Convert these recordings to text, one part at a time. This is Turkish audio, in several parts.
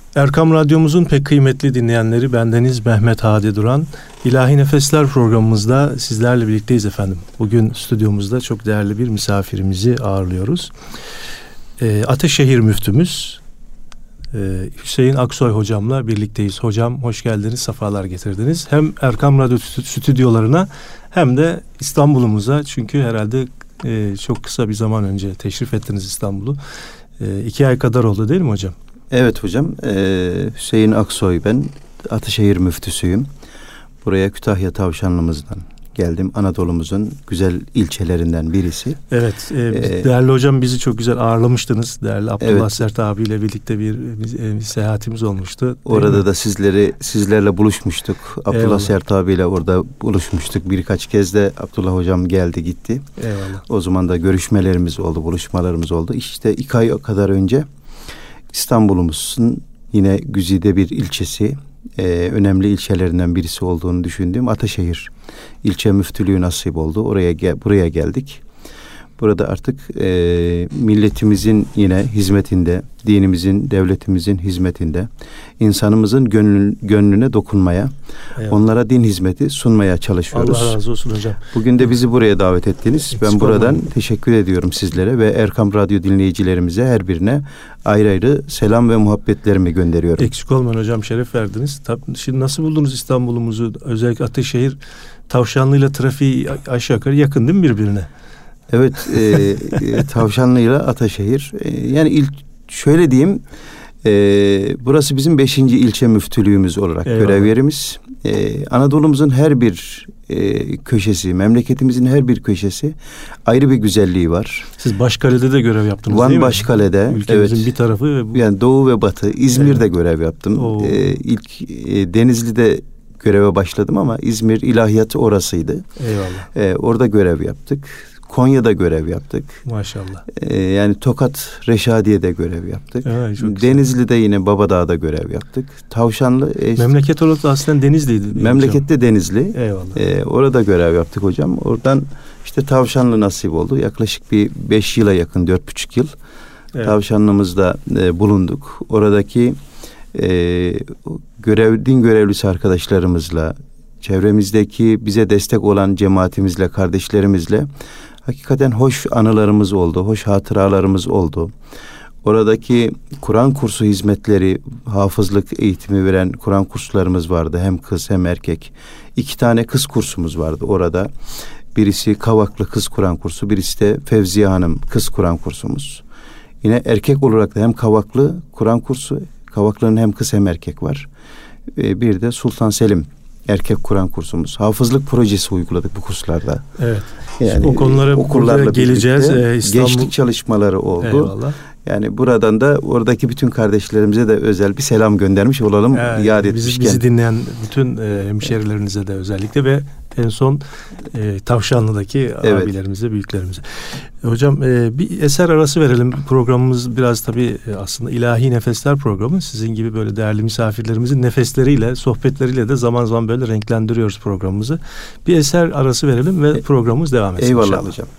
Erkam Radyomuzun pek kıymetli dinleyenleri, bendeniz Mehmet Hadi Duran. İlahi Nefesler programımızda sizlerle birlikteyiz efendim. Bugün stüdyomuzda çok değerli bir misafirimizi ağırlıyoruz. Ataşehir müftümüz Hüseyin Aksoy hocamla birlikteyiz. Hocam hoş geldiniz, sefalar getirdiniz. Hem Erkam Radyo stüdyolarına hem de İstanbul'umuza. Çünkü herhalde çok kısa bir zaman önce teşrif ettiniz İstanbul'u. 2 ay kadar oldu değil mi hocam? Evet hocam. Hüseyin Aksoy ben. Ataşehir müftüsüyüm. Buraya Kütahya Tavşanlımızdan geldim. Anadolu'muzun güzel ilçelerinden birisi. Evet. Değerli hocam, bizi çok güzel ağırlamıştınız. Değerli Abdullah Sert abiyle birlikte bir seyahatimiz olmuştu. Orada da sizlerle buluşmuştuk. Abdullah Sert abiyle orada buluşmuştuk. Birkaç kez de Abdullah hocam geldi gitti. Eyvallah. O zaman da görüşmelerimiz oldu, buluşmalarımız oldu. İşte 2 ay kadar önce İstanbul'umuzun yine güzide bir ilçesi, önemli ilçelerinden birisi olduğunu düşündüğüm Ataşehir ilçe müftülüğü nasip oldu. Buraya geldik. Burada artık milletimizin yine hizmetinde, dinimizin, devletimizin hizmetinde, insanımızın gönlüne dokunmaya, onlara din hizmeti sunmaya çalışıyoruz. Allah razı olsun hocam. Bugün de bizi buraya davet ettiniz. Ben buradan teşekkür ediyorum sizlere ve Erkam Radyo dinleyicilerimize, her birine ayrı ayrı selam ve muhabbetlerimi gönderiyorum. Eksik olmayın hocam, şeref verdiniz. Şimdi nasıl buldunuz İstanbul'umuzu? Özellikle Ataşehir, Tavşanlı'yla trafiği aşağı yukarı yakın değil mi birbirine? Evet, Tavşanlı'yla Ataşehir. Yani şöyle diyeyim, burası bizim 5. ilçe müftülüğümüz olarak görev yerimiz. Anadolu'muzun her bir köşesi, memleketimizin her bir köşesi ayrı bir güzelliği var. Siz Başkale'de de görev yaptınız değil mi? Van Başkale'de. Ülkemizin bir tarafı. Ve yani Doğu ve Batı. İzmir'de görev yaptım. İlk Denizli'de göreve başladım ama İzmir ilahiyatı orasıydı. Eyvallah. Orada görev yaptık. Konya'da görev yaptık. Maşallah. Yani Tokat, Reşadiye'de görev yaptık. Evet, Denizli'de yine Babadağ'da görev yaptık. Tavşanlı. Memleket orası aslında Denizli'ydi. Memlekette hocam. Denizli. Eyvallah. Orada görev yaptık hocam. Oradan işte Tavşanlı nasip oldu. Yaklaşık bir 5 yıla yakın, 4,5 yıl. Evet. Tavşanlımızda bulunduk. Oradaki din görevlisi arkadaşlarımızla, çevremizdeki bize destek olan cemaatimizle, kardeşlerimizle hakikaten hoş anılarımız oldu, hoş hatıralarımız oldu. Oradaki Kur'an kursu hizmetleri, hafızlık eğitimi veren Kur'an kurslarımız vardı. Hem kız hem erkek. 2 tane kız kursumuz vardı orada. Birisi Kavaklı Kız Kur'an kursu, birisi de Fevziye Hanım Kız Kur'an kursumuz. Yine erkek olarak da hem Kavaklı Kur'an kursu, Kavaklı'nın hem kız hem erkek var. Bir de Sultan Selim erkek Kur'an kursumuz. Hafızlık projesi uyguladık bu kurslarda. Evet. Yani o konulara geleceğiz. Gençlik çalışmaları oldu. Eyvallah. Yani buradan da oradaki bütün kardeşlerimize de özel bir selam göndermiş olalım. Yad etmişken. Bizi dinleyen bütün hemşerilerinize de özellikle ve en son Tavşanlı'daki abilerimize, büyüklerimize. Hocam bir eser arası verelim. Programımız biraz tabii aslında ilahi nefesler programı. Sizin gibi böyle değerli misafirlerimizin nefesleriyle, sohbetleriyle de zaman zaman böyle renklendiriyoruz programımızı. Bir eser arası verelim ve programımız devam etsin. Eyvallah inşallah. hocam.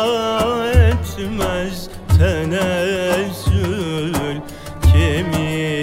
Tenezzül kemine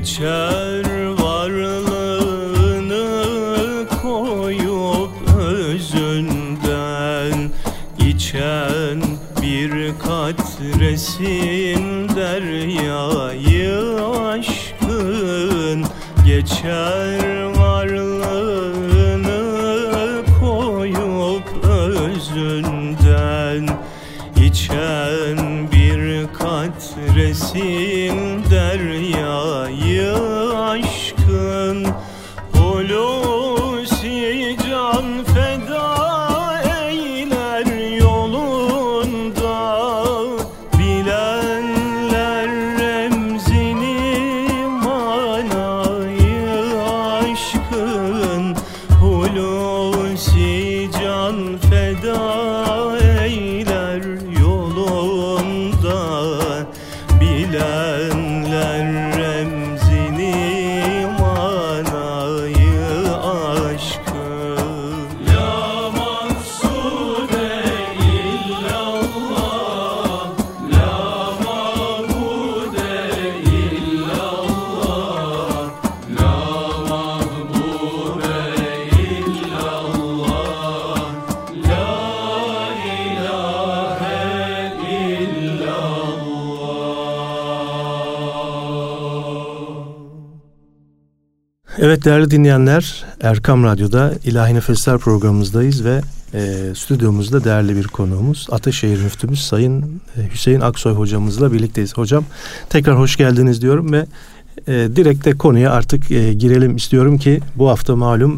Geçer varlığını koyup özünden, içen bir katresin deryayı aşkın. Geçer varlığını koyup özünden, içen bir katresin deryayı aşkın. Hulusi can feda eyler yolunda, bilenler remzini manayı aşkın. Hulusi can feda eyler yolunda, bilenler remzini manayı aşkın. La maksude illallah, la ma'bude illallah, la mahbube illallah, la ilahe illallah. Evet değerli dinleyenler, Erkam Radyo'da İlahi Nefesler programımızdayız ve stüdyomuzda değerli bir konuğumuz Ataşehir Müftümüz Sayın Hüseyin Aksoy hocamızla birlikteyiz. Hocam tekrar hoş geldiniz diyorum ve direkt de konuya artık girelim istiyorum ki bu hafta malum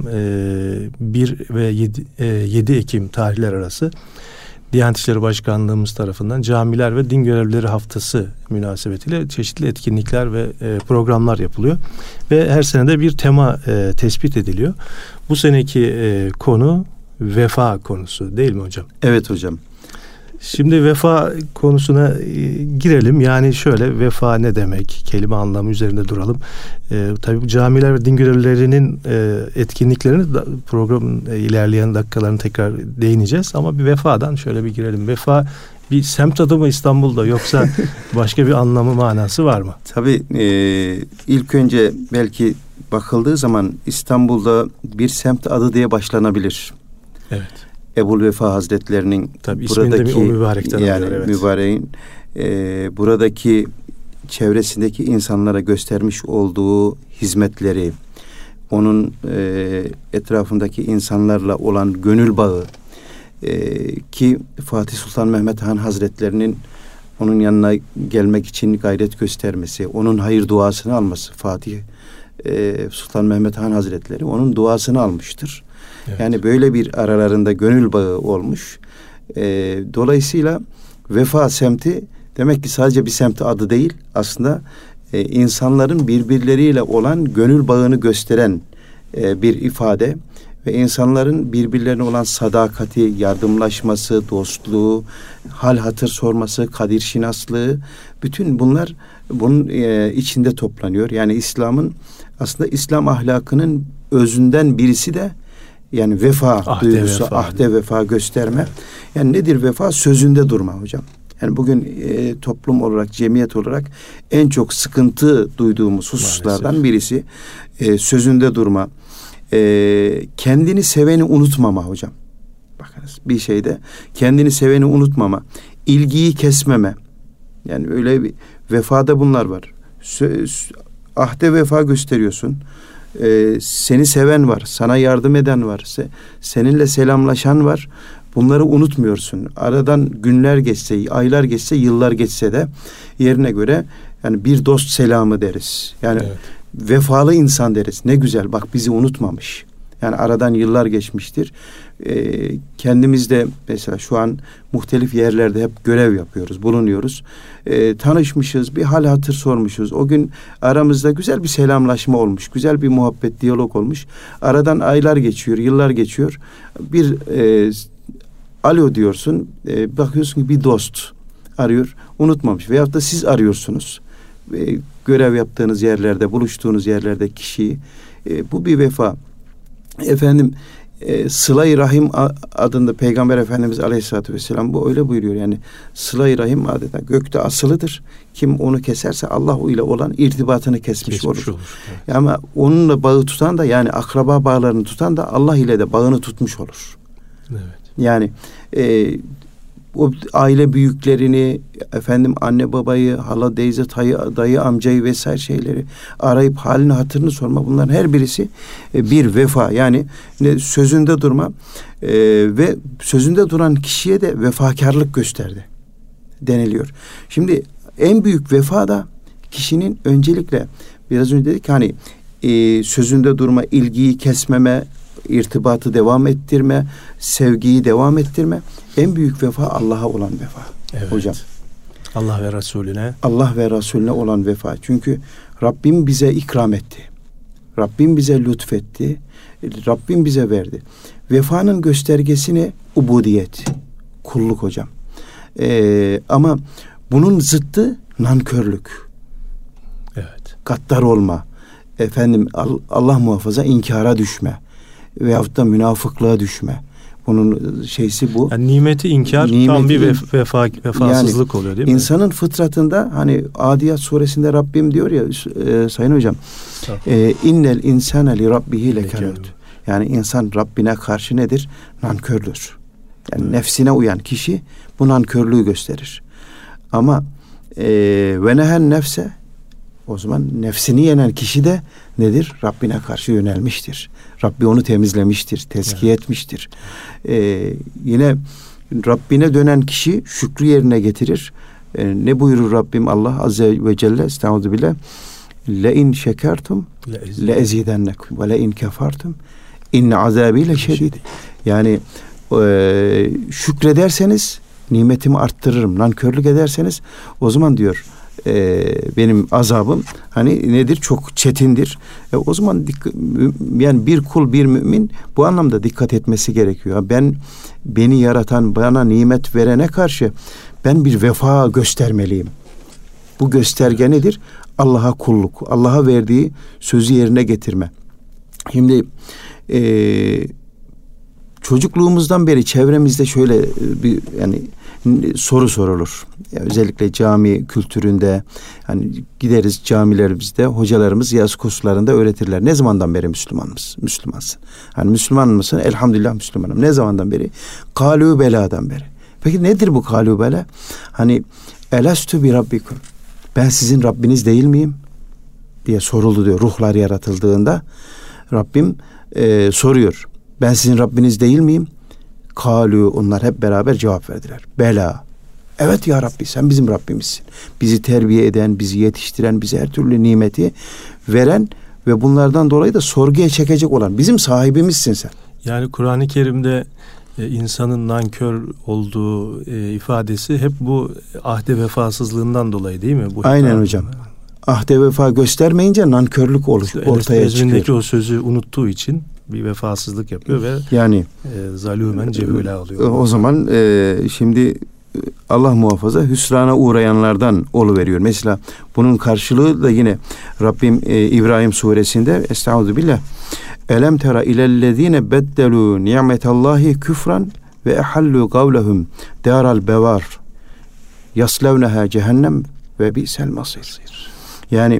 1 ve 7 Ekim tarihler arası Diyanet İşleri Başkanlığımız tarafından Camiler ve Din Görevlileri Haftası münasebetiyle çeşitli etkinlikler ve programlar yapılıyor. Ve her sene de bir tema tespit ediliyor. Bu seneki konu vefa konusu değil mi hocam? Evet hocam. Şimdi vefa konusuna girelim. Yani şöyle, vefa ne demek? Kelime anlamı üzerinde duralım. Tabii bu camiler ve din görevlilerinin etkinliklerini programın ilerleyen dakikalarını tekrar değineceğiz. Ama bir vefadan şöyle bir girelim. Vefa bir semt adı mı İstanbul'da, yoksa başka bir anlamı, manası var mı? Tabii ilk önce belki bakıldığı zaman İstanbul'da bir semt adı diye başlanabilir. Evet. Ebu'l-Vefa Hazretlerinin tabii buradaki o mübarekten yani alıyor, evet. mübareğin buradaki çevresindeki insanlara göstermiş olduğu hizmetleri, onun etrafındaki insanlarla olan gönül bağı, ki Fatih Sultan Mehmet Han Hazretlerinin onun yanına gelmek için gayret göstermesi, onun hayır duasını alması, Fatih Sultan Mehmet Han Hazretleri onun duasını almıştır. Evet. Yani böyle bir aralarında gönül bağı olmuş. Dolayısıyla vefa semti demek ki sadece bir semt adı değil, aslında insanların birbirleriyle olan gönül bağını gösteren bir ifade ve insanların birbirlerine olan sadakati, yardımlaşması, dostluğu, hal hatır sorması, kadir şinaslığı, bütün bunlar bunun içinde toplanıyor. Yani İslam'ın, aslında İslam ahlakının özünden birisi de yani vefa duygusu, ahde vefa gösterme. Yani nedir vefa? Sözünde durma hocam. Yani bugün toplum olarak, cemiyet olarak en çok sıkıntı duyduğumuz hususlardan birisi sözünde durma. Kendini seveni unutmama hocam. Bakınız, bir şeyde kendini seveni unutmama, ilgiyi kesmeme. Yani öyle bir vefada bunlar var. Ahde vefa gösteriyorsun. Seni seven var, sana yardım eden var, seninle selamlaşan var. Bunları unutmuyorsun. Aradan günler geçse, aylar geçse, yıllar geçse de yerine göre yani bir dost selamı deriz. Yani evet, vefalı insan deriz. Ne güzel, bak bizi unutmamış. Yani aradan yıllar geçmiştir. Kendimiz de mesela şu an muhtelif yerlerde hep görev yapıyoruz, bulunuyoruz. Tanışmışız, bir hal hatır sormuşuz. O gün aramızda güzel bir selamlaşma olmuş, güzel bir muhabbet, diyalog olmuş. Aradan aylar geçiyor, yıllar geçiyor. Bir alo diyorsun, bakıyorsun ki bir dost arıyor, unutmamış. Veyahut da siz arıyorsunuz. Görev yaptığınız yerlerde, buluştuğunuz yerlerde kişiyi. Bu bir vefa. Efendim, Sıla-i Rahim adında Peygamber Efendimiz Aleyhisselatü Vesselam bu öyle buyuruyor. Yani Sıla-i Rahim adeta gökte asılıdır. Kim onu keserse Allah ile olan irtibatını kesmiş olur. Evet. Ama onunla bağı tutan da, yani akraba bağlarını tutan da Allah ile de bağını tutmuş olur. Evet. Yani o aile büyüklerini, anne babayı, hala, teyze, dayı, amcayı vesaire şeyleri arayıp halini hatırını sorma, bunların her birisi bir vefa. Yani sözünde durma ve sözünde duran kişiye de vefakarlık gösterdi deniliyor. Şimdi en büyük vefa da kişinin öncelikle biraz önce dedik hani sözünde durma, ilgiyi kesmeme, irtibatı devam ettirme, sevgiyi devam ettirme. En büyük vefa Allah'a olan vefa. Evet. Hocam. Allah ve Resulüne. Allah ve Resulüne olan vefa. Çünkü Rabbim bize ikram etti. Rabbim bize lütfetti. Rabbim bize verdi. Vefanın göstergesini ubudiyet, kulluk hocam. Ama bunun zıttı nankörlük. Evet. Gaddar olma. Allah muhafaza inkara düşme. Veyahut da münafıklığa düşme. Bunun şeysi bu. Yani nimeti inkar tam bir vefasızlık yani, oluyor değil mi? İnsanın fıtratında hani Adiyat suresinde Rabbim diyor ya Sayın Hocam. İnnel insane li rabbihi lekanut. Yani insan Rabbine karşı nedir? Nankördür. Yani nefsine uyan kişi bu nankörlüğü gösterir. Ama ve nehen nefse, o zaman nefsini yenen kişi de nedir? Rabbine karşı yönelmiştir. Rabbi onu temizlemiştir, tezkiye etmiştir. Yine Rabbine dönen kişi şükrü yerine getirir. Ne buyurur Rabbim Allah Azze ve Celle? Estağfirullah. Le in şekertum le ezidennekum ve le in kefartum inne azabi le şedid. Yani şükrederseniz nimetimi arttırırım. Nankörlük ederseniz o zaman diyor benim azabım hani nedir? Çok çetindir. O zaman yani bir kul, bir mümin bu anlamda dikkat etmesi gerekiyor. Beni yaratan, bana nimet verene karşı ben bir vefa göstermeliyim. Bu gösterge nedir? Allah'a kulluk, Allah'a verdiği sözü yerine getirme. Şimdi çocukluğumuzdan beri çevremizde şöyle bir yani soru sorulur. Yani özellikle cami kültüründe hani gideriz camilerimizde, hocalarımız yaz kurslarında öğretirler. Ne zamandan beri Müslümansın? Hani Müslüman mısın? Elhamdülillah Müslümanım. Ne zamandan beri? Kalü beladan beri. Peki nedir bu kalü bela? Hani elastü bi rabbikum. Ben sizin Rabbiniz değil miyim? Diye soruldu diyor. Ruhlar yaratıldığında Rabbim soruyor. Ben sizin Rabbiniz değil miyim? Kalü, onlar hep beraber cevap verdiler. Bela. Evet ya Rabbi, sen bizim Rabbimizsin. Bizi terbiye eden, bizi yetiştiren, bize her türlü nimeti veren ve bunlardan dolayı da sorguya çekecek olan bizim sahibimizsin sen. Yani Kur'an-ı Kerim'de insanın nankör olduğu ifadesi hep bu ahde vefasızlığından dolayı değil mi? Aynen hocam. Ahde vefa göstermeyince nankörlük ortaya çıkıyor. O sözü unuttuğu için bir vefasızlık yapıyor ve yani zalûmen cehûlâ oluyor. O zaman şimdi Allah muhafaza hüsrana uğrayanlardan oluveriyor. Mesela bunun karşılığı da yine Rabbim İbrahim suresinde Estağfirullah. Elem tera ilellezine beddelu ni'metallahi küfran ve ehallu kavlehum daral bevar yaslevneha cehennem ve bi'sel masir. Yani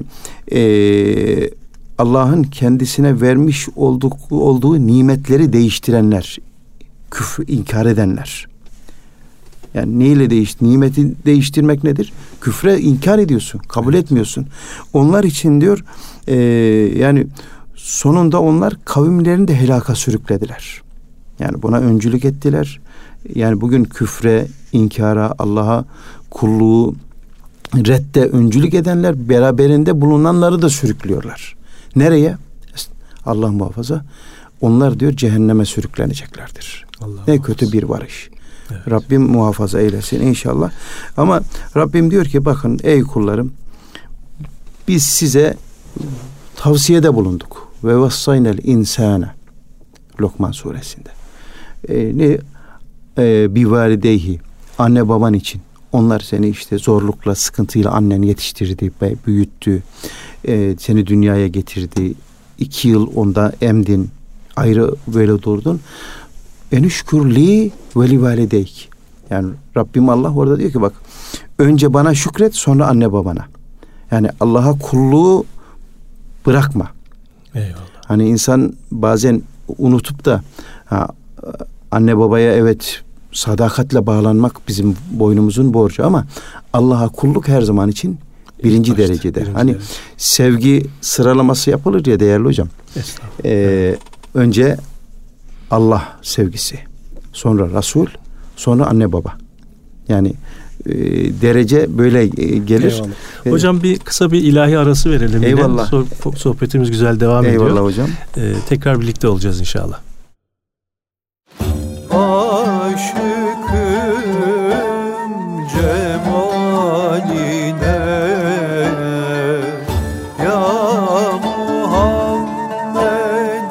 Allah'ın kendisine vermiş olduğu nimetleri değiştirenler, küfrü inkar edenler. Yani neyle nimeti değiştirmek nedir? Küfre inkar ediyorsun, kabul etmiyorsun. Onlar için diyor, yani sonunda onlar kavimlerini de helaka sürüklediler. Yani buna öncülük ettiler. Yani bugün küfre, inkara, Allah'a kulluğu redde öncülük edenler beraberinde bulunanları da sürüklüyorlar. Nereye? Allah muhafaza. Onlar diyor cehenneme sürükleneceklerdir. Ne kötü bir varış. Evet. Rabbim muhafaza eylesin inşallah. Ama Rabbim diyor ki bakın ey kullarım, biz size tavsiyede bulunduk. Ve vassaynel insane Lokman suresinde. Bivalideyhi, anne baban için. Onlar seni işte zorlukla, sıkıntıyla annen yetiştirdi, büyüttü, seni dünyaya getirdi. 2 yıl onda emdin, ayrı böyle durdun. Enüşkürli ve li valideyk. Yani Rabbim Allah orada diyor ki bak, önce bana şükret, sonra anne babana. Yani Allah'a kulluğu bırakma. Eyvallah. Hani insan bazen unutup da anne babaya evet sadakatle bağlanmak bizim boynumuzun borcu, ama Allah'a kulluk her zaman için birinci derecede. Hani derece. Sevgi sıralaması yapılır ya değerli hocam. Önce Allah sevgisi, sonra Resul, sonra anne baba. Yani derece böyle gelir. Hocam bir kısa bir ilahi arası verelim. Eyvallah. Sohbetimiz güzel devam ediyor. Eyvallah hocam. Tekrar birlikte olacağız inşallah. Aşıkım cemaline ya Muhammed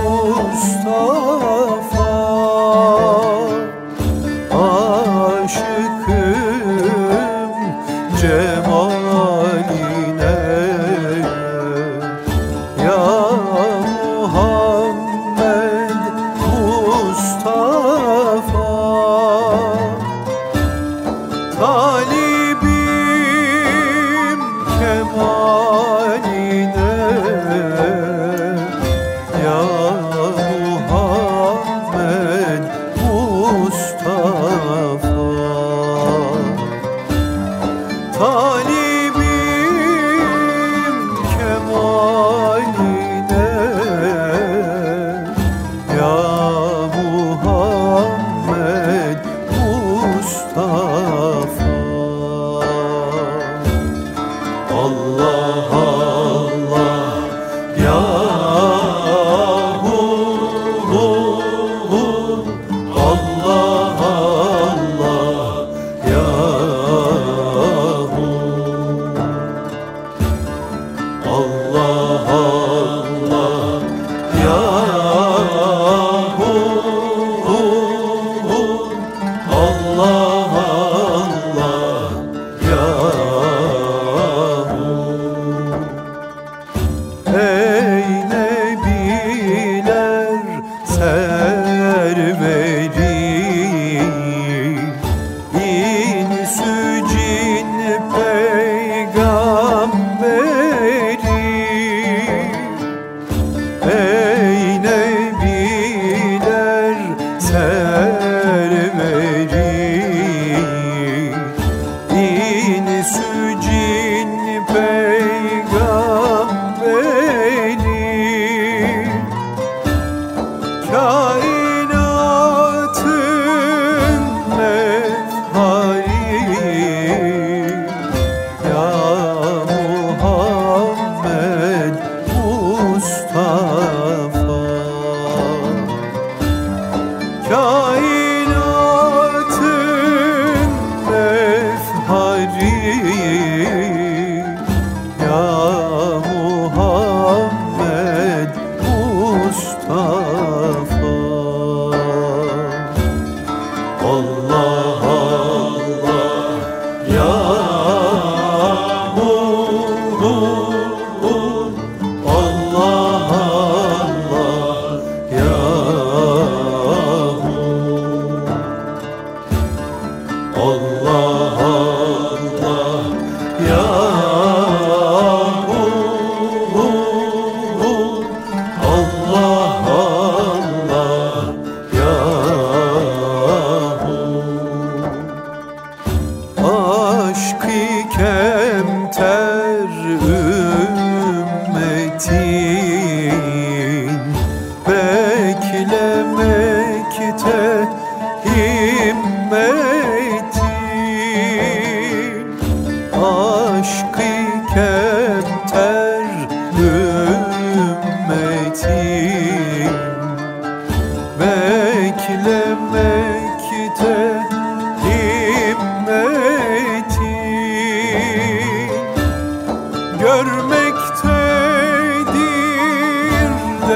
Mustafa, aşıkım cemaline ya Muhammed Mustafa, talibim kemaline ya Muhammed Mustafa, talibim kemaline ya Muhammed Mustafa. Allah Allah ya hu Allah Allah ya hu Allah Allah ya hu Allah Allah ya hu. Ey nebiler serveri, insü cin peygamberi, ey nebiler serveri, insü cin peygamberi, kainatın mefhari ya Muhammed Mustafa, kainatın mefhari ya Muhammed Mustafa. Allah Allah ya hu Allah Allah ya hu Allah Allah ya hu Allah Allah ya hu. Aşk-ı kemter ümmetin beklemekte himmetin, aşk-ı kemter ümmetin beklemekte himmetin, görmektedir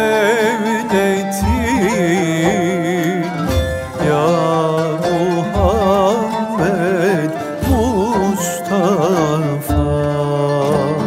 devletin ya Muhammed Mustafa.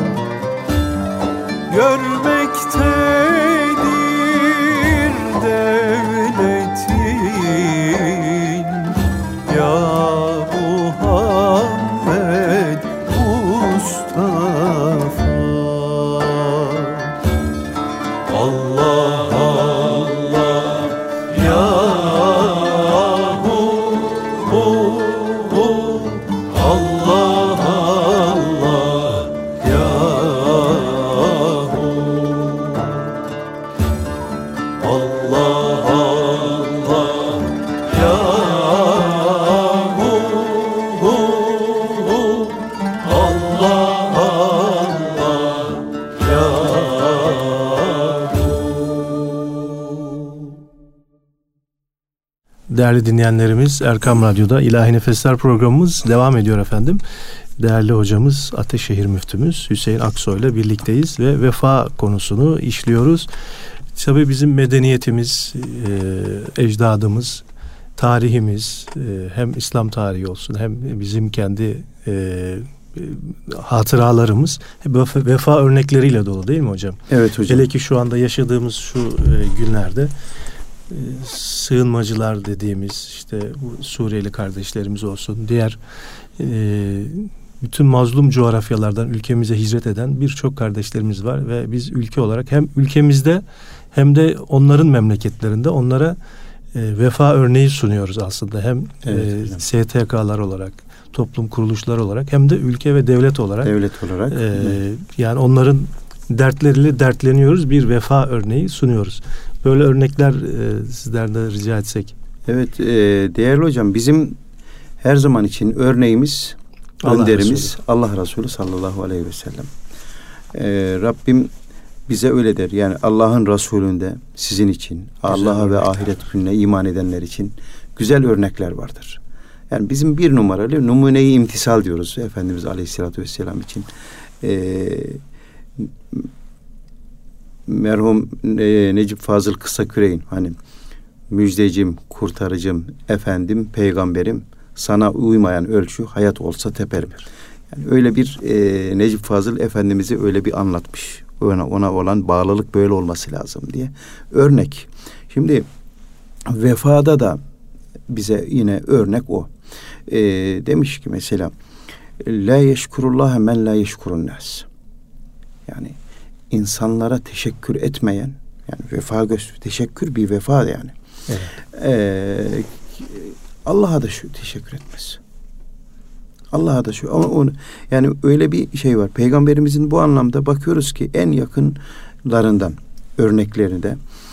Değerli dinleyenlerimiz, Erkam Radyo'da İlahi Nefesler programımız devam ediyor efendim. Değerli hocamız, Ateşehir Müftümüz Hüseyin Aksoy ile birlikteyiz ve vefa konusunu işliyoruz. Tabii bizim medeniyetimiz, ecdadımız, tarihimiz, hem İslam tarihi olsun hem bizim kendi hatıralarımız vefa örnekleriyle dolu, değil mi hocam? Evet hocam. Hele ki şu anda yaşadığımız şu günlerde sığınmacılar dediğimiz, işte bu Suriyeli kardeşlerimiz olsun, diğer bütün mazlum coğrafyalardan ülkemize hicret eden birçok kardeşlerimiz var ve biz ülke olarak hem ülkemizde hem de onların memleketlerinde onlara vefa örneği sunuyoruz aslında. Hem STK'lar olarak, toplum kuruluşları olarak hem de ülke ve devlet olarak. Yani onların dertleriyle dertleniyoruz, bir vefa örneği sunuyoruz. Böyle örnekler sizlerden rica etsek. Evet, değerli hocam, bizim her zaman için örneğimiz, önderimiz Allah Resulü sallallahu aleyhi ve sellem. Rabbim bize öyle der. Yani Allah'ın Resulü'nde sizin için, Allah'a ve ahiret gününe iman edenler için güzel örnekler vardır. Yani bizim bir numaralı numune-i imtisal diyoruz Efendimiz Aleyhisselatü Vesselam için. Merhum Necip Fazıl Kısaküre'nin hani müjdecim, kurtarıcım, efendim, peygamberim, sana uymayan ölçü hayat olsa teperim. Yani öyle bir Necip Fazıl Efendimiz'i öyle bir anlatmış. Ona olan bağlılık böyle olması lazım diye. Örnek. Şimdi vefada da bize yine örnek o. Demiş ki mesela la yeşkurullaha men la yeşkurun nas. Yani insanlara teşekkür etmeyen, yani vefa teşekkür bir vefa yani. Evet. Allah'a da şu teşekkür etmez. Allah'a da şu, ama onu, yani öyle bir şey var. Peygamberimizin bu anlamda bakıyoruz ki en yakınlarından örneklerinde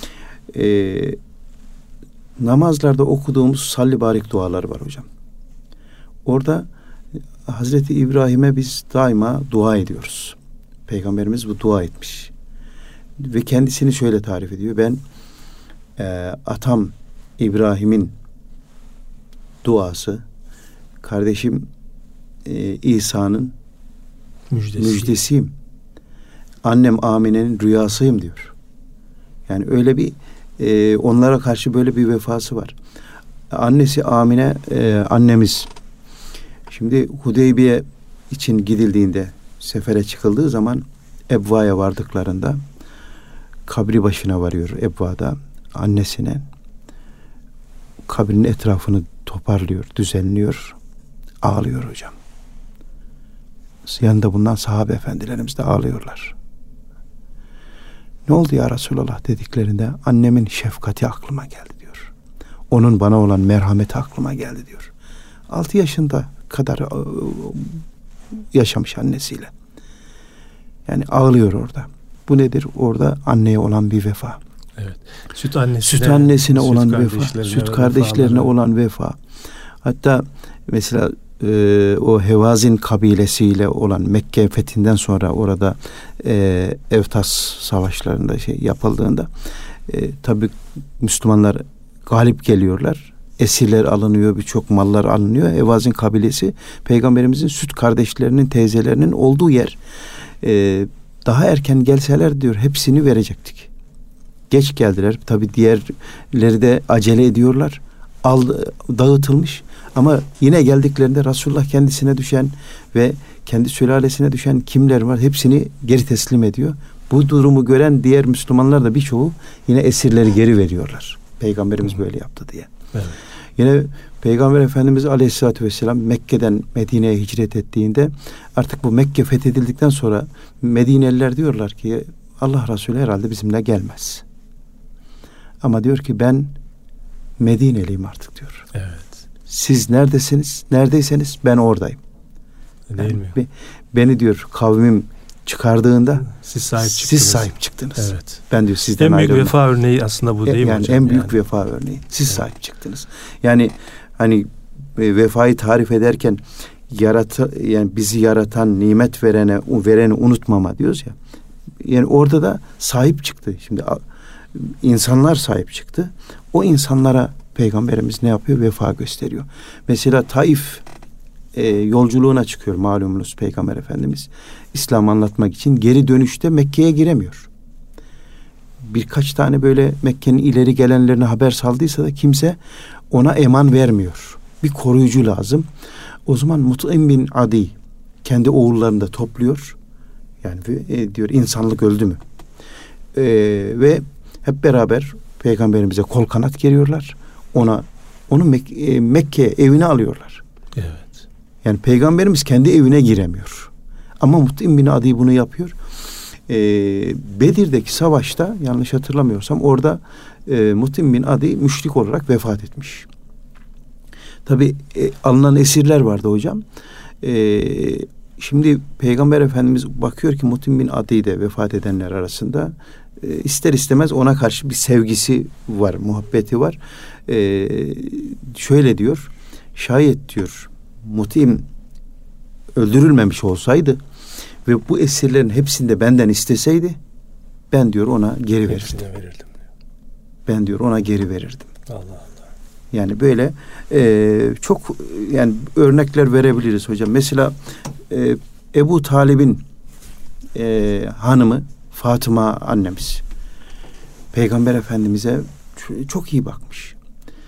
namazlarda okuduğumuz salli barik duaları var hocam. Orada Hazreti İbrahim'e biz daima dua ediyoruz. Peygamberimiz bu dua etmiş. Ve kendisini şöyle tarif ediyor. Ben atam İbrahim'in duası, kardeşim İsa'nın müjdesiyim. Annem Amine'nin rüyasıyım diyor. Yani öyle bir onlara karşı böyle bir vefası var. Annesi Amine annemiz, şimdi Hudeybiye için gidildiğinde, sefere çıkıldığı zaman Ebva'ya vardıklarında kabri başına varıyor Ebva'da, annesine kabrinin etrafını toparlıyor, düzenliyor, ağlıyor hocam. Yanında bulunan sahabe efendilerimiz de ağlıyorlar. Ne oldu ya Resulallah dediklerinde annemin şefkati aklıma geldi diyor. Onun bana olan merhameti aklıma geldi diyor. 6 yaşında kadar yaşamış annesiyle. Yani ağlıyor orada. Bu nedir? Orada anneye olan bir vefa. Evet. Süt annesine olan vefa. Süt kardeşlerine olan vefa. Hatta mesela o Hevazin kabilesiyle olan Mekke fethinden sonra orada Evtas savaşlarında yapıldığında tabii Müslümanlar galip geliyorlar. Esirler alınıyor, birçok mallar alınıyor. Hevazin kabilesi Peygamberimizin süt kardeşlerinin, teyzelerinin olduğu yer. Daha erken gelseler diyor hepsini verecektik. Geç geldiler. Tabii diğerleri de acele ediyorlar. Dağıtılmış. Ama yine geldiklerinde Resulullah kendisine düşen ve kendi sülalesine düşen kimler var hepsini geri teslim ediyor. Bu durumu gören diğer Müslümanlar da birçoğu yine esirleri geri veriyorlar. Peygamberimiz böyle yaptı diye. Evet. Yine Peygamber Efendimiz Aleyhisselatü Vesselam Mekke'den Medine'ye hicret ettiğinde artık bu Mekke fethedildikten sonra Medineliler diyorlar ki Allah Resulü herhalde bizimle gelmez. Ama diyor ki ben Medineliyim artık diyor. Evet. Siz neredesiniz? Neredeyseniz ben oradayım. Değil mi? Beni diyor kavmim çıkardığında siz sahip çıktınız. Evet. Ben diyor sizden ayrılmam. En büyük vefa ayrılmam. örneği aslında bu değil mi yani hocam? En büyük vefa örneği. Siz sahip çıktınız. Yani hani vefayı tarif ederken yani bizi yaratan, nimet vereni unutmama diyoruz ya. Yani orada da sahip çıktı. Şimdi insanlar sahip çıktı. O insanlara Peygamberimiz ne yapıyor? Vefa gösteriyor. Mesela Taif yolculuğuna çıkıyor malumunuz Peygamber Efendimiz. İslam anlatmak için geri dönüşte Mekke'ye giremiyor. Birkaç tane böyle Mekke'nin ileri gelenlerine haber saldıysa da kimse ona eman vermiyor. Bir koruyucu lazım. O zaman Mut'im bin Adi kendi oğullarını da topluyor. Yani diyor insanlık öldü mü? Ve hep beraber Peygamberimize kol kanat geriyorlar. Onu Mekke evine alıyorlar. Evet. Yani Peygamberimiz kendi evine giremiyor. Ama Mut'im bin Adi bunu yapıyor. Bedir'deki savaşta yanlış hatırlamıyorsam orada Mut'im bin Adi müşrik olarak vefat etmiş. Tabi alınan esirler vardı hocam. Şimdi Peygamber Efendimiz bakıyor ki Mut'im bin Adi de vefat edenler arasında ister istemez ona karşı bir sevgisi var, muhabbeti var. Şöyle diyor, şayet diyor Mut'im öldürülmemiş olsaydı ve bu esirlerin hepsini de benden isteseydi ben diyor ona geri verirdim. Ben diyor ona geri verirdim. Allah Allah. Yani böyle çok yani örnekler verebiliriz hocam. Mesela Ebu Talib'in hanımı Fatıma annemiz Peygamber Efendimiz'e çok iyi bakmış.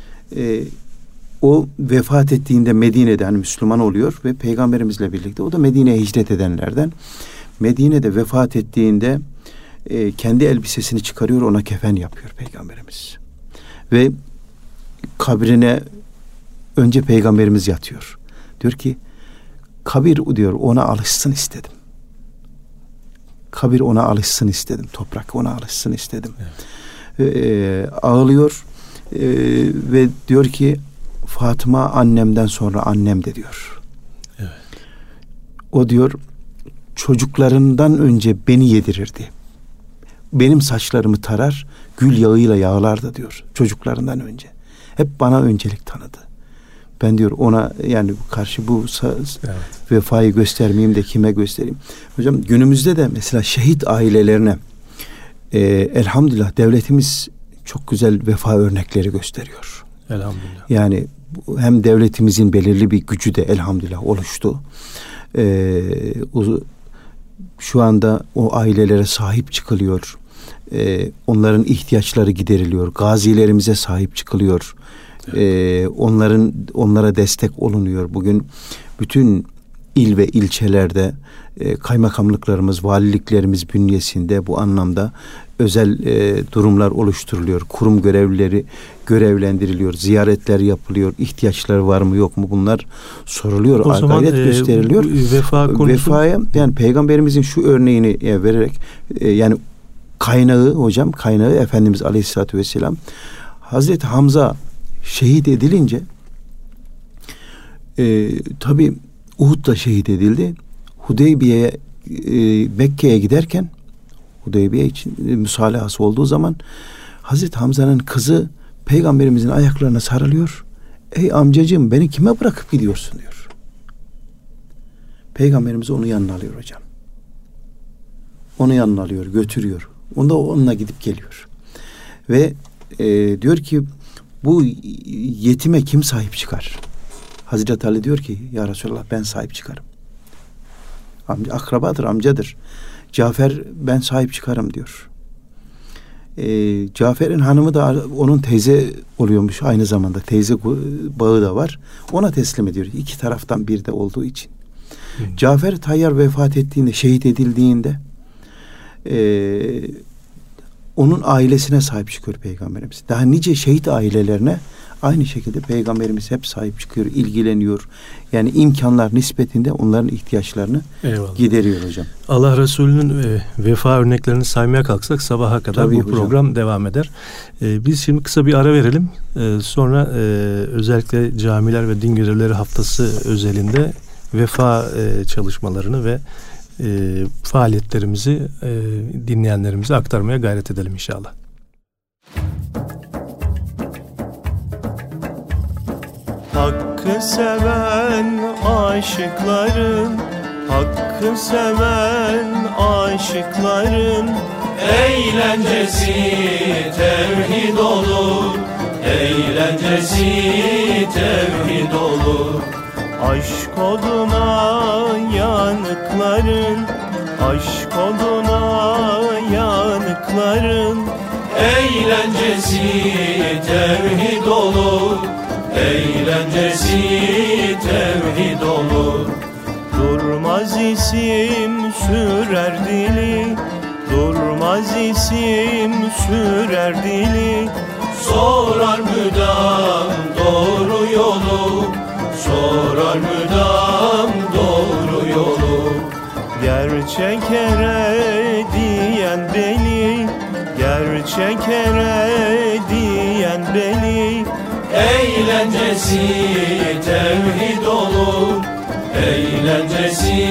O vefat ettiğinde Medine'de hani Müslüman oluyor ve Peygamberimizle birlikte o da Medine'ye hicret edenlerden. Medine'de vefat ettiğinde kendi elbisesini çıkarıyor, ona kefen yapıyor Peygamberimiz. Ve kabrine önce Peygamberimiz yatıyor. Diyor ki kabir diyor ona alışsın istedim. Kabir ona alışsın istedim. Toprak ona alışsın istedim. Evet. Ağlıyor ve diyor ki Fatıma annemden sonra annem de diyor. Evet. O diyor çocuklarından önce beni yedirirdi. Benim saçlarımı tarar, gül yağıyla yağlardı diyor çocuklarından önce. Hep bana öncelik tanıdı. Ben diyor ona yani karşı bu vefayı göstermeyeyim de kime göstereyim? Hocam günümüzde de mesela şehit ailelerine elhamdülillah devletimiz çok güzel vefa örnekleri gösteriyor. Elhamdülillah. Yani hem devletimizin belirli bir gücü de elhamdülillah oluştu. Şu anda o ailelere sahip çıkılıyor. Onların ihtiyaçları gideriliyor. Gazilerimize sahip çıkılıyor. Evet. Onlara destek olunuyor. Bugün bütün il ve ilçelerde kaymakamlıklarımız, valiliklerimiz bünyesinde bu anlamda özel durumlar oluşturuluyor. Kurum görevlileri görevlendiriliyor. Ziyaretler yapılıyor. İhtiyaçları var mı yok mu bunlar soruluyor. O zaman gösteriliyor. Vefaya yani Peygamberimizin şu örneğini vererek yani kaynağı Efendimiz Aleyhisselatü Vesselam Hazreti Hamza şehit edilince tabi Uhud'da şehit edildi. Hudeybiye'ye Mekke'ye giderken Hudeybiye için müsalahası olduğu zaman Hazreti Hamza'nın kızı Peygamberimizin ayaklarına sarılıyor. Ey amcacığım beni kime bırakıp gidiyorsun diyor. Peygamberimiz onu yanına alıyor hocam. Onu yanına alıyor, götürüyor. Onunla gidip geliyor. Ve diyor ki bu yetime kim sahip çıkar? Hazreti Ali diyor ki ya Resulallah ben sahip çıkarım. Akrabadır, amcadır. Cafer ben sahip çıkarım diyor. Cafer'in hanımı da onun teyze oluyormuş aynı zamanda. Teyze bağı da var. Ona teslim ediyor. İki taraftan bir de olduğu için. Cafer Tayyar vefat ettiğinde, şehit edildiğinde onun ailesine sahip çıkıyor Peygamberimiz. Daha nice şehit ailelerine aynı şekilde Peygamberimiz hep sahip çıkıyor, ilgileniyor. Yani imkanlar nispetinde onların ihtiyaçlarını gideriyor hocam. Allah Resulü'nün vefa örneklerini saymaya kalksak sabaha kadar tabii bu hocam. Program devam eder. Biz şimdi kısa bir ara verelim. Sonra özellikle Camiler ve Din Görevlileri Haftası özelinde vefa çalışmalarını ve faaliyetlerimizi dinleyenlerimize aktarmaya gayret edelim inşallah. Hakkı seven aşıkların, hakkı seven aşıkların Eğlencesi tevhid olur, eğlencesi tevhid olur. Aşk oduna yanıkların, aşk oduna yanıkların, Eğlencesi tevhid olur, eğlencesi tevhid olur. durmaz isim sürer dili, durmaz isim sürer dili. Sorar müdam doğru yolu, sorar müdam doğru yolu. Gerçek ere diyen beni, gerçek ere diyen beni. Eğlencesi tevhid olur, eğlencesi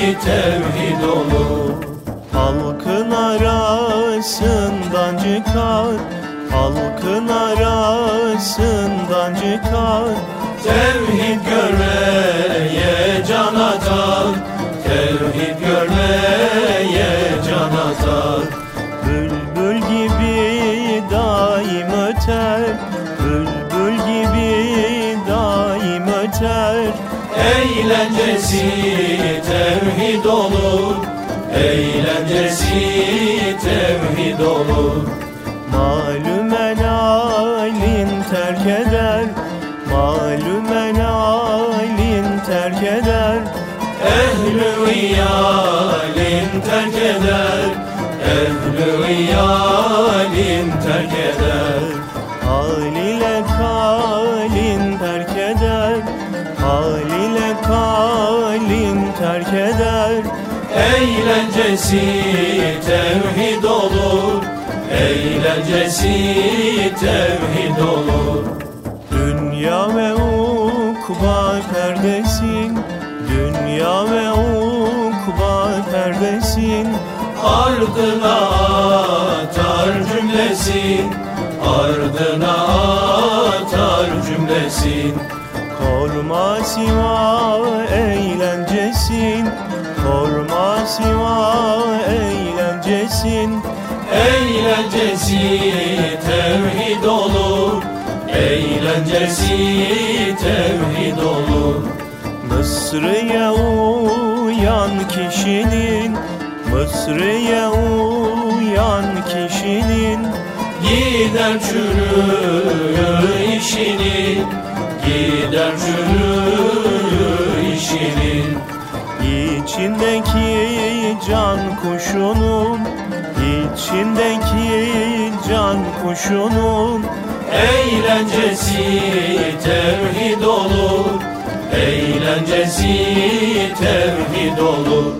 tevhid olur. Halkın arasından çıkar, halkın arasından çıkar. Tevhid görmeye can atar, tevhid görmeye can atar. Bülbül gibi daim öter, bülbül gibi daim öter. Eğlencesi tevhid olur, eğlencesi tevhid olur. Malum halin terk eder, malum halin terk eder. Ehl-i iyalin terk eder, ehl-i iyalin terk eder. Hal ile kalin terk eder, hal ile kalin terk eder. Eğlencesi tevhid olur, eğlencesi tevhid olur. Dünya ve ukba perdesin, dünya ve ukba perdesin. Ardına atar cümlesin, ardına atar cümlesin. Korma siva eğlencesin, korma siva eğlencesin. Eğlencesi tevhid olur, eğlencesi tevhid olur. Mısır'a uyan kişinin, Mısır'a uyan kişinin. Gider çürür işinin, gider çürür işinin. İçindeki can kuşunun, içindeki can kuşunun. Eğlencesi tevhid olur, eğlencesi tevhid olur.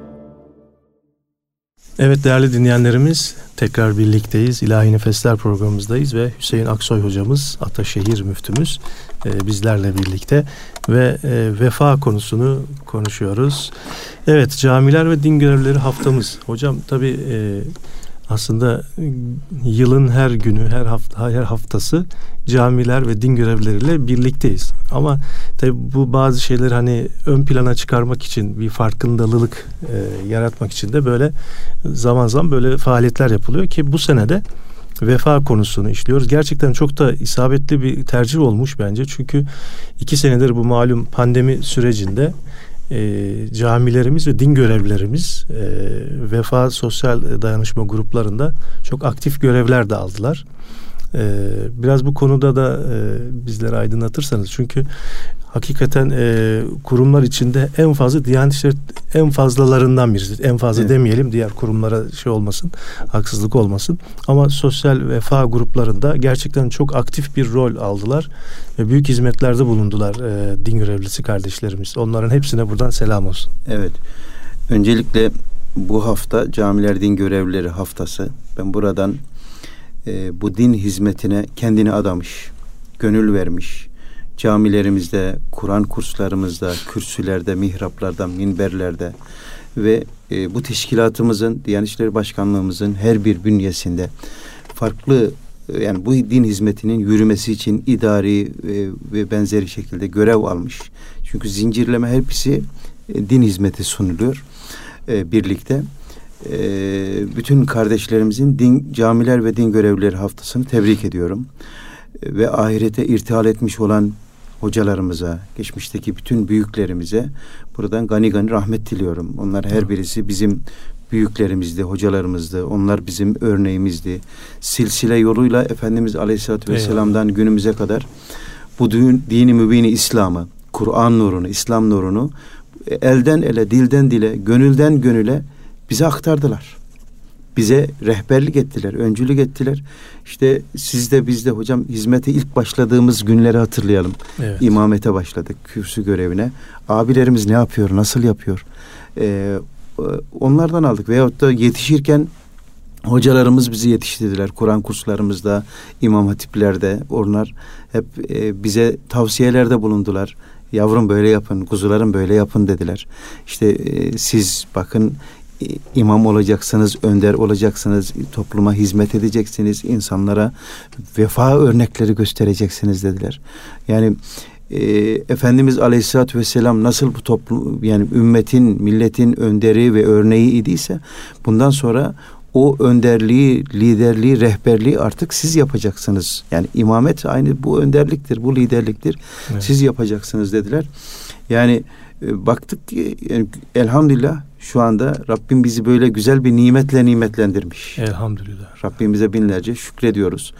Evet değerli dinleyenlerimiz, tekrar birlikteyiz. İlahi Nefesler programımızdayız ve Hüseyin Aksoy hocamız, Ataşehir müftümüz bizlerle birlikte ve vefa konusunu konuşuyoruz. Evet, camiler ve din görevlileri haftamız. Hocam tabii aslında yılın her günü, her haftası camiler ve din görevlileriyle birlikteyiz. Ama tabii bu bazı şeyleri hani ön plana çıkarmak için, bir farkındalık yaratmak için de böyle zaman zaman böyle faaliyetler yapılıyor ki bu sene de vefa konusunu işliyoruz. Gerçekten çok da isabetli bir tercih olmuş bence. Çünkü 2 senedir bu malum pandemi sürecinde camilerimiz ve din görevlilerimiz vefa sosyal dayanışma gruplarında çok aktif görevler de aldılar. Biraz bu konuda da bizlere aydınlatırsanız, çünkü hakikaten kurumlar içinde en fazla Diyanet İşleri en fazlalarından birisi. En fazla demeyelim, diğer kurumlara şey olmasın, haksızlık olmasın. Ama sosyal vefa gruplarında gerçekten çok aktif bir rol aldılar ve büyük hizmetlerde bulundular din görevlisi kardeşlerimiz. Onların hepsine buradan selam olsun. Evet. Öncelikle bu hafta Camiler Din Görevlileri Haftası. Ben buradan bu din hizmetine kendini adamış, gönül vermiş, camilerimizde, Kur'an kurslarımızda, kürsülerde, mihraplarda, minberlerde ve bu teşkilatımızın, Diyanet İşleri Başkanlığımızın her bir bünyesinde farklı, yani bu din hizmetinin yürümesi için idari ve benzeri şekilde görev almış. Çünkü zincirleme hepsi din hizmeti sunuluyor birlikte. Bütün kardeşlerimizin camiler ve din görevlileri haftasını tebrik ediyorum. ve ahirete irtihal etmiş olan hocalarımıza, geçmişteki bütün büyüklerimize buradan gani gani rahmet diliyorum. Onlar her birisi bizim büyüklerimizdi, hocalarımızdı. Onlar bizim örneğimizdi. Silsile yoluyla Efendimiz Aleyhisselatü Vesselam'dan günümüze kadar bu dini mübini İslam'ı, Kur'an nurunu, İslam nurunu elden ele, dilden dile, gönülden gönüle bize aktardılar. Bize rehberlik ettiler, öncülük ettiler. İşte siz de biz de hocam hizmete ilk başladığımız günleri hatırlayalım. Evet. İmamete başladık, kürsü görevine. Abilerimiz ne yapıyor, nasıl yapıyor? Onlardan aldık. Veyahut da yetişirken hocalarımız bizi yetiştirdiler. Kur'an kurslarımızda, imam hatiplerde. Onlar hep bize tavsiyelerde bulundular. Yavrum böyle yapın, kuzularım böyle yapın dediler. İşte siz bakın imam olacaksınız, önder olacaksınız, topluma hizmet edeceksiniz, insanlara vefa örnekleri göstereceksiniz dediler. Yani Efendimiz Aleyhisselatü Vesselam nasıl bu toplum, yani ümmetin, milletin önderi ve örneği idiyse bundan sonra o önderliği, liderliği, rehberliği artık siz yapacaksınız. Yani imamet aynı bu önderliktir, bu liderliktir. Evet. Siz yapacaksınız dediler. Yani baktık ki yani, elhamdülillah şu anda Rabbim bizi böyle güzel bir nimetle nimetlendirmiş. Elhamdülillah. Rabbimize binlerce şükrediyoruz.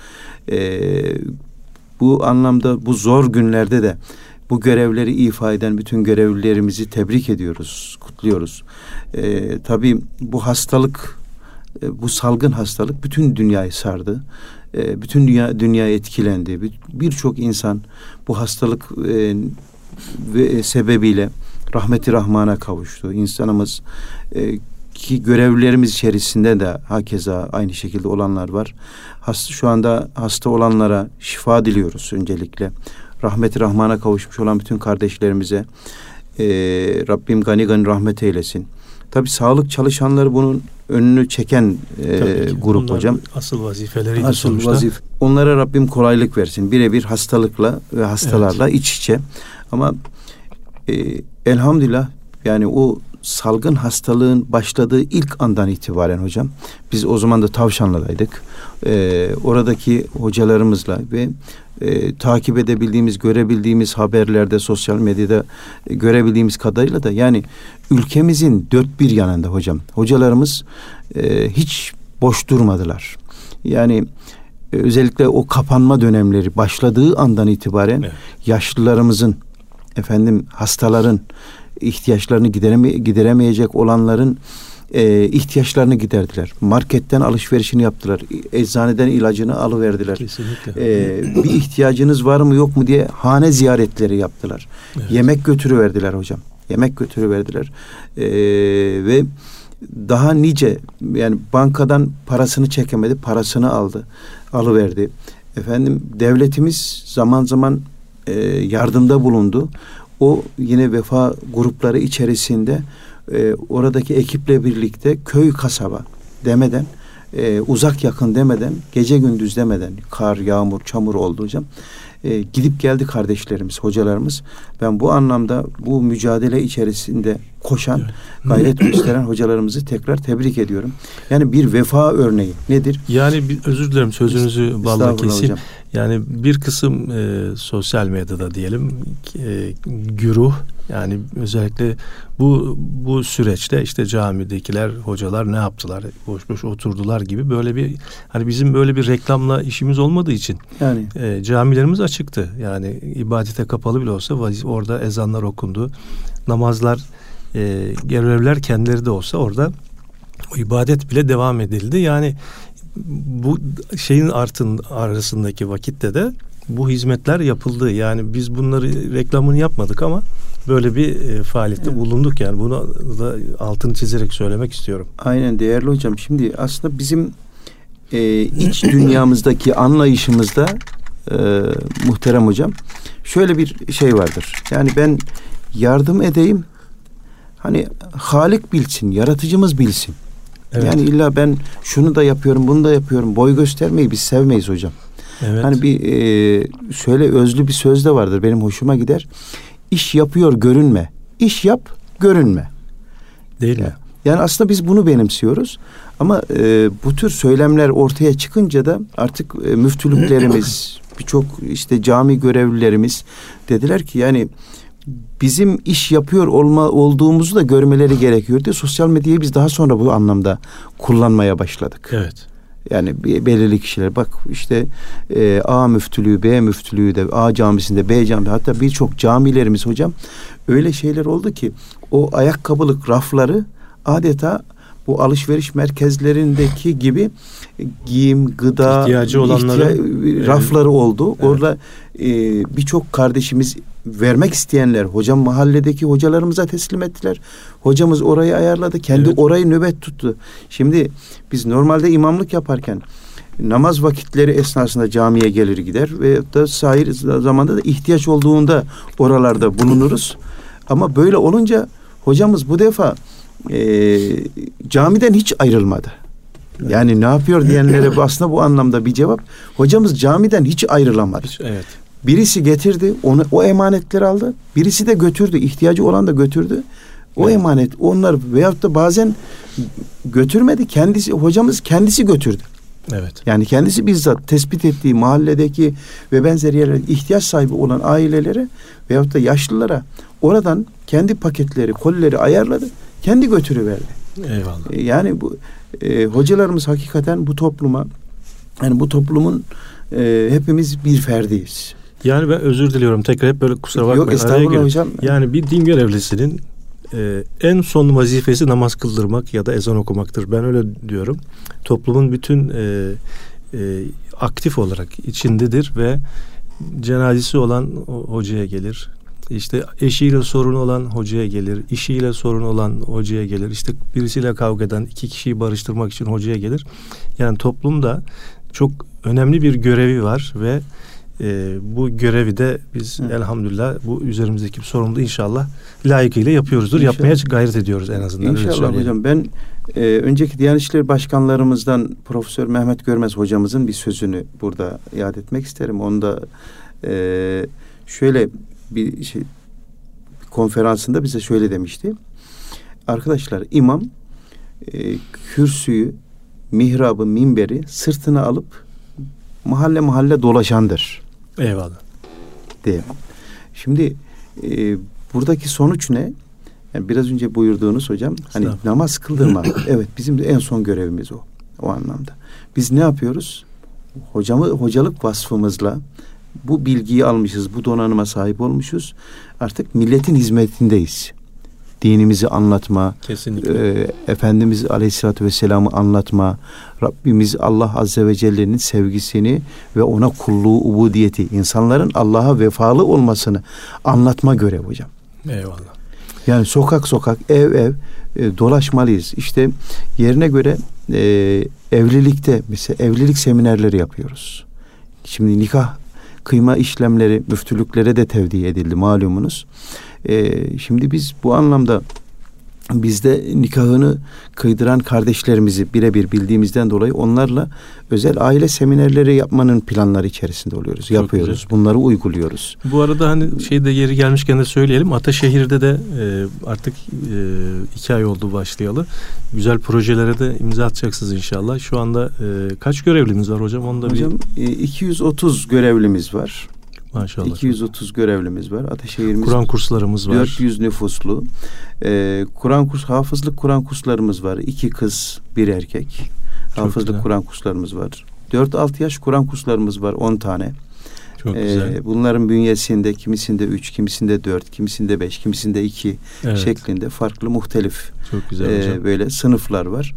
Bu anlamda bu zor günlerde de bu görevleri ifa eden bütün görevlilerimizi tebrik ediyoruz, kutluyoruz. Tabii bu hastalık, bu salgın hastalık bütün dünyayı sardı. Bütün dünya etkilendi. Birçok insan bu hastalık sebebiyle rahmeti rahmana kavuştu. İnsanımız ki görevlilerimiz içerisinde de hakeza aynı şekilde olanlar var. Şu anda hasta olanlara şifa diliyoruz öncelikle. Rahmeti rahmana kavuşmuş olan bütün kardeşlerimize Rabbim gani gani rahmet eylesin. Tabii sağlık çalışanları bunun önünü çeken grup hocam. Asıl vazifeleri sonuçta. Onlara Rabbim kolaylık versin. Birebir hastalıkla ve hastalarla iç içe. Ama elhamdülillah yani o salgın hastalığın başladığı ilk andan itibaren hocam biz o zaman da Tavşanlı'daydık. Oradaki hocalarımızla ve takip edebildiğimiz, görebildiğimiz haberlerde, sosyal medyada görebildiğimiz kadarıyla da yani ülkemizin dört bir yanında hocam hocalarımız hiç boş durmadılar. Yani özellikle o kapanma dönemleri başladığı andan itibaren yaşlılarımızın, hastaların ihtiyaçlarını gideremeyecek olanların ihtiyaçlarını giderdiler. Marketten alışverişini yaptılar. Eczaneden ilacını alıverdiler. Kesinlikle. Bir ihtiyacınız var mı yok mu diye hane ziyaretleri yaptılar. Evet. Yemek götürüverdiler hocam. Yemek götürüverdiler. Ve daha nice yani bankadan parasını çekemedi. Parasını alıverdi. Devletimiz zaman zaman yardımda bulundu. O yine vefa grupları içerisinde oradaki ekiple birlikte köy kasaba demeden uzak yakın demeden gece gündüz demeden kar yağmur çamur oldu hocam gidip geldi kardeşlerimiz hocalarımız. Ben bu anlamda bu mücadele içerisinde koşan gayret gösteren hocalarımızı tekrar tebrik ediyorum. Yani bir vefa örneği nedir? Yani özür dilerim sözünüzü balla keseyim. Hocam. Yani bir kısım sosyal medyada diyelim güruh yani özellikle bu süreçte işte camidekiler hocalar ne yaptılar boş boş oturdular gibi böyle bir hani bizim böyle bir reklamla işimiz olmadığı için yani camilerimiz açıktı. Yani ibadete kapalı bile olsa orada ezanlar okundu. Namazlar görevler kendileri de olsa orada o ibadet bile devam edildi. Yani bu şeyin arasındaki vakitte de bu hizmetler yapıldı. Yani biz bunları reklamını yapmadık ama böyle bir faaliyette bulunduk. Yani bunu da altını çizerek söylemek istiyorum. Aynen değerli hocam. Şimdi aslında bizim iç dünyamızdaki anlayışımızda muhterem hocam şöyle bir şey vardır. Yani ben yardım edeyim hani Halik bilsin, yaratıcımız bilsin. Evet. Yani illa ben şunu da yapıyorum, bunu da yapıyorum. Boy göstermeyi biz sevmeyiz hocam. Evet. Hani bir şöyle özlü bir söz de vardır. Benim hoşuma gider. İş yapıyor görünme. İş yap görünme. Değil mi? Yani aslında biz bunu benimsiyoruz. Ama bu tür söylemler ortaya çıkınca da artık müftülüklerimiz, birçok işte cami görevlilerimiz dediler ki yani bizim iş yapıyor olduğumuzu da görmeleri gerekiyordu. Sosyal medyayı biz daha sonra bu anlamda kullanmaya başladık. Evet. Yani belirli kişiler bak işte A müftülüğü, B müftülüğü de A camisinde, B camisinde, hatta birçok camilerimiz hocam öyle şeyler oldu ki o ayakkabılık rafları adeta bu alışveriş merkezlerindeki gibi giyim, gıda ihtiyacı olanların rafları oldu. Evet. Orada birçok kardeşimiz vermek isteyenler hocam mahalledeki hocalarımıza teslim ettiler. Hocamız orayı ayarladı. Kendi orayı nöbet tuttu. Şimdi biz normalde imamlık yaparken namaz vakitleri esnasında camiye gelir gider ve da sahir zamanda da ihtiyaç olduğunda oralarda bulunuruz. Ama böyle olunca hocamız bu defa camiden hiç ayrılmadı. Yani ne yapıyor diyenlere aslında bu anlamda bir cevap. Hocamız camiden hiç ayrılamadı. Evet. Birisi getirdi, o emanetleri aldı. Birisi de götürdü, ihtiyacı olan da götürdü. O emanet, onlar veyahut da bazen götürmedi. Hocamız kendisi götürdü. Evet. Yani kendisi bizzat tespit ettiği mahalledeki ve benzeri yerlere ihtiyaç sahibi olan ailelere veyahut da yaşlılara oradan kendi paketleri, kolileri ayarladı. Kendi götürüverdi. Eyvallah. Yani bu hocalarımız hakikaten bu topluma, yani bu toplumun hepimiz bir ferdiyiz. Yani ben özür diliyorum. Tekrar hep böyle kusura bakmayın. Yok estağfurullah hocam. Yani bir din görevlisinin en son vazifesi namaz kıldırmak ya da ezan okumaktır. Ben öyle diyorum. Toplumun bütün aktif olarak içindedir ve cenazesi olan hocaya gelir. İşte eşiyle sorun olan hocaya gelir. İşiyle sorun olan hocaya gelir. İşte birisiyle kavga eden iki kişiyi barıştırmak için hocaya gelir. Yani toplumda çok önemli bir görevi var ve bu görevi de biz elhamdülillah bu üzerimizdeki bir sorumluluğu inşallah layıkıyla yapıyoruzdur. İnşallah. Yapmaya gayret ediyoruz en azından. İnşallah hocam. Ben önceki Diyanet İşleri Başkanlarımızdan Profesör Mehmet Görmez hocamızın bir sözünü burada iade etmek isterim. Onda şöyle bir konferansında bize şöyle demişti. Arkadaşlar imam kürsüyü, mihrabı, minberi sırtına alıp mahalle mahalle dolaşandır. Eyvallah. Diye. Şimdi buradaki sonuç ne? Yani biraz önce buyurduğunuz hocam hani namaz kıldırma. Evet bizim de en son görevimiz o anlamda. Biz ne yapıyoruz? Hocalık vasfımızla bu bilgiyi almışız, bu donanıma sahip olmuşuz. Artık milletin hizmetindeyiz. Dinimizi anlatma, Efendimiz Aleyhisselatü Vesselam'ı anlatma, Rabbimiz Allah Azze ve Celle'nin sevgisini ve ona kulluğu, ubudiyeti, insanların Allah'a vefalı olmasını anlatma görev hocam. Eyvallah. Yani sokak sokak, ev dolaşmalıyız. İşte yerine göre evlilikte mesela evlilik seminerleri yapıyoruz. Şimdi nikah kıyma işlemleri müftülüklere de tevdi edildi malumunuz. Şimdi biz bu anlamda bizde nikahını kıydıran kardeşlerimizi birebir bildiğimizden dolayı onlarla özel aile seminerleri yapmanın planları içerisinde oluyoruz. Çok yapıyoruz. Güzel. Bunları uyguluyoruz. Bu arada hani yeri gelmişken de söyleyelim. Ataşehir'de de artık 2 ay oldu başlayalı. Güzel projelere de imza atacaksınız inşallah. Şu anda kaç görevlimiz var hocam? Hocam 230 görevlimiz var. Maşallah. 230 görevlimiz var. Ataşehir'imiz Kur'an kurslarımız var. 400 nüfuslu. Hafızlık Kur'an kurslarımız var. 2 kız, 1 erkek. Çok hafızlık güzel. Kur'an kurslarımız var. 4-6 yaş Kur'an kurslarımız var. 10 tane. Çok güzel. Bunların bünyesinde kimisinde 3, kimisinde 4, kimisinde 5, kimisinde 2 şeklinde farklı muhtelif çok güzel hocam. Böyle sınıflar var.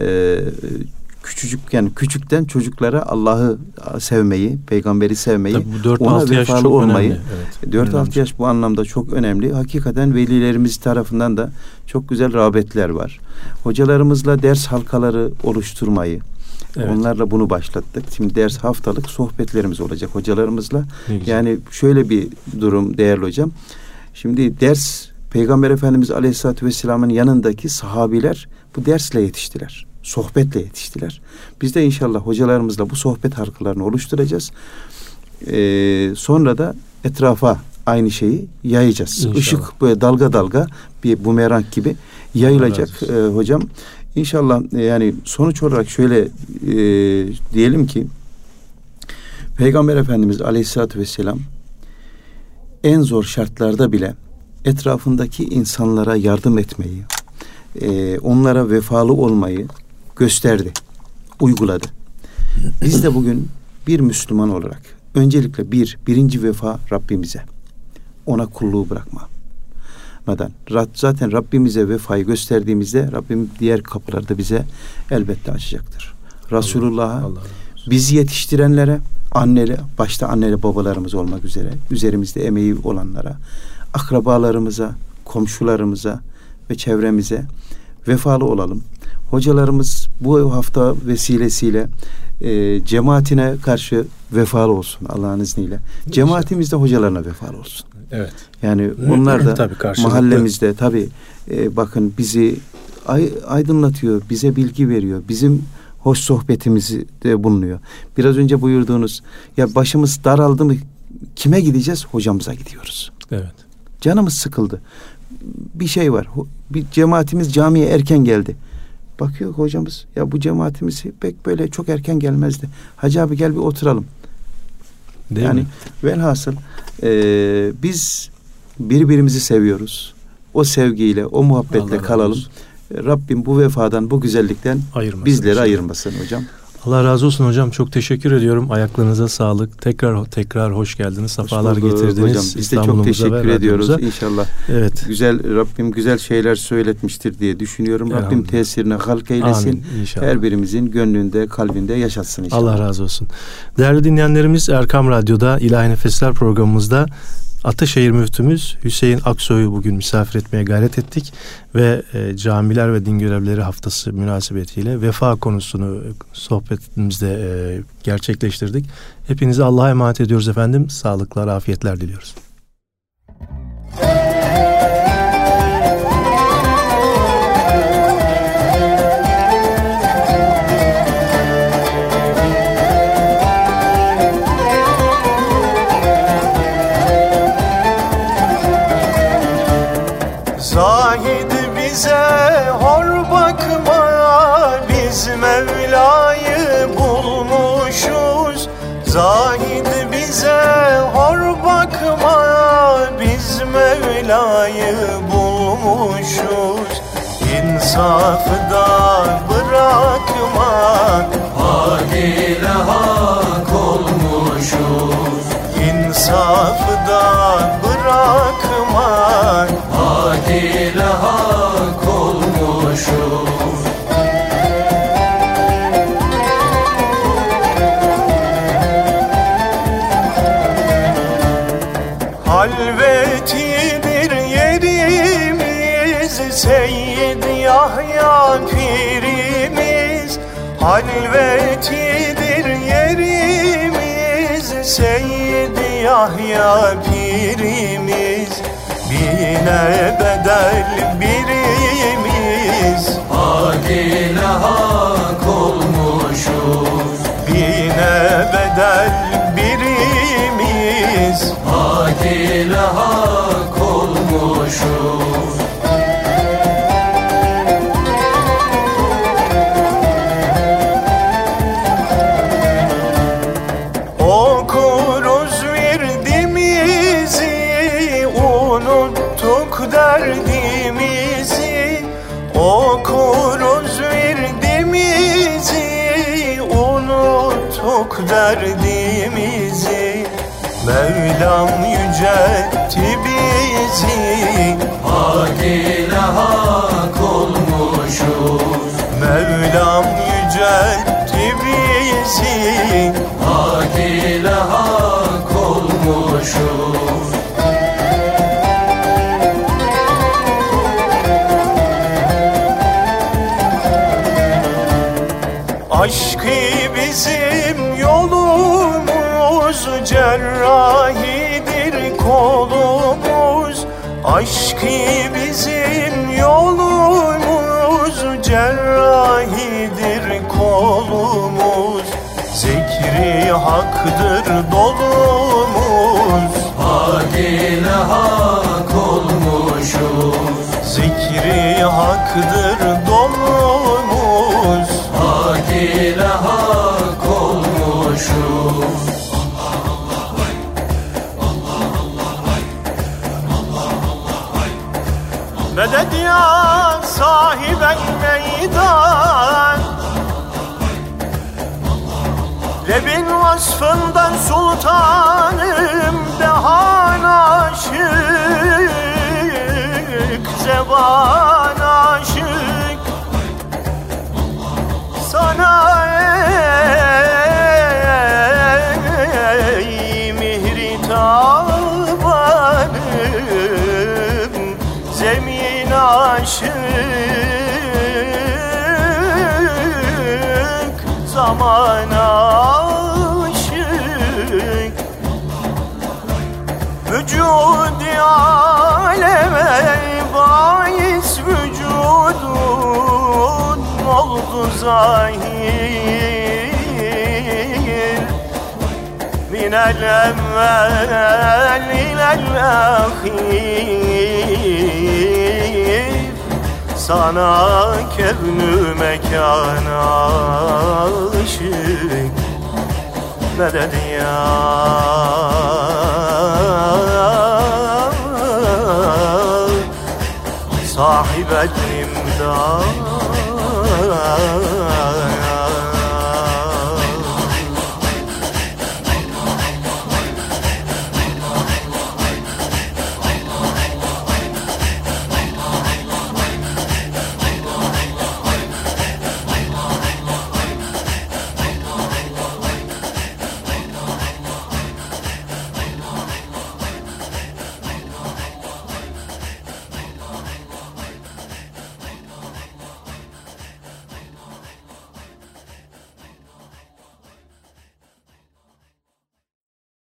Küçükten çocuklara Allah'ı sevmeyi, peygamberi sevmeyi, ona vefalı olmayı. Evet, 4-6 yaş bu anlamda çok önemli. Hakikaten velilerimiz tarafından da çok güzel rağbetler var. Hocalarımızla ders halkaları oluşturmayı, onlarla bunu başlattık. Şimdi ders haftalık sohbetlerimiz olacak hocalarımızla. Yani şöyle bir durum değerli hocam. Şimdi ders Peygamber Efendimiz Aleyhisselatü Vesselam'ın yanındaki sahabiler bu dersle yetiştiler. Sohbetle yetiştiler. Biz de inşallah hocalarımızla bu sohbet halkalarını oluşturacağız. Sonra da etrafa aynı şeyi yayacağız. İnşallah. Işık böyle dalga dalga bir bumerang gibi yayılacak hocam. İnşallah yani sonuç olarak şöyle diyelim ki Peygamber Efendimiz Aleyhisselatü Vesselam en zor şartlarda bile etrafındaki insanlara yardım etmeyi, onlara vefalı olmayı gösterdi, uyguladı. Biz de bugün bir Müslüman olarak öncelikle birinci vefa Rabbimize, ona kulluğu bırakma. Zaten Rabbimize vefayı gösterdiğimizde Rabbim diğer kapılarda bize elbette açacaktır. Resulullah'a, bizi yetiştirenlere, başta anneli babalarımız olmak üzere üzerimizde emeği olanlara, akrabalarımıza, komşularımıza ve çevremize vefalı olalım. Hocalarımız bu hafta vesilesiyle cemaatine karşı vefalı olsun Allah'ın izniyle. Cemaatimiz de hocalarına vefalı olsun. Evet. Yani onlar da tabii mahallemizde tabii bakın bizi aydınlatıyor, bize bilgi veriyor. Bizim hoş sohbetimizi de bulunuyor. Biraz önce buyurduğunuz, ya başımız daraldı mı kime gideceğiz? Hocamıza gidiyoruz. Evet. Canımız sıkıldı. Bir şey var. Bir cemaatimiz camiye erken geldi. Bakıyor hocamız, ya bu cemaatimiz pek böyle çok erken gelmezdi. Hacı abi gel bir oturalım. Değil mi? Velhasıl biz birbirimizi seviyoruz. O sevgiyle, o muhabbetle kalalım. Rabbim bu vefadan, bu güzellikten bizleri ayırmasın hocam. Allah razı olsun hocam. Çok teşekkür ediyorum. Ayaklarınıza sağlık. Tekrar hoş geldiniz. Safalar getirdiniz. Hocam biz de çok teşekkür ediyoruz. İnşallah. Evet. Rabbim güzel şeyler söyletmiştir diye düşünüyorum. Rabbim tesirine halk eylesin. Amin, inşallah. Her birimizin gönlünde, kalbinde yaşatsın inşallah. Allah razı olsun. Değerli dinleyenlerimiz, Erkam Radyo'da İlahi Nefesler programımızda Ataşehir Müftümüz Hüseyin Aksoy'u bugün misafir etmeye gayret ettik ve camiler ve din görevlileri haftası münasebetiyle vefa konusunu sohbetimizde gerçekleştirdik. Hepinizi Allah'a emanet ediyoruz efendim. Sağlıklar, afiyetler diliyoruz. Zahid bize hor bakma, biz Mevla'yı bulmuşuz. Zahid bize hor bakma, biz Mevla'yı bulmuşuz. İnsafı da bırakma, hak ile hak olmuşuz. İnsafı da bırakma, hak ile hak olmuşuz. halvetidir yerimiz, Seyyid Yahya pirimiz. Halvetidir yerimiz, Seyyid Yahya pirimiz. Bine bedel birimiz, hak ile hak olmuşuz. Bine bedel birimiz, hak ile hak olmuşuz. Okuruz virdimizi, unuttuk derdimizi. Okuruz virdimizi, unuttuk derdimizi. Mevlam yüceltti bizi, hak ile hak olmuşuz. Mevlam yüceltti bizi, hak ile hak olmuşuz. aşkı bizim yolumuz, cerrahidir kolumuz. Aşkı bizim yolumuz, cerrahidir kolumuz. Zikri haktır dolumuz, hak ile hak olmuşuz. Zikri haktır dolumuz, hak ile hak olmuşuz. Medet ya sahibel meydan, Lebin vasfından sultanım dehan aşık, zeban aşık. Sana ey mihri tabanım, zemin aşık, zaman aşık. Vücud-i aleme bahis vücudun oldu zahir. Minel evvel ilel ahir, sana kevnü mekan aşık. Medet ya sahibel imdad.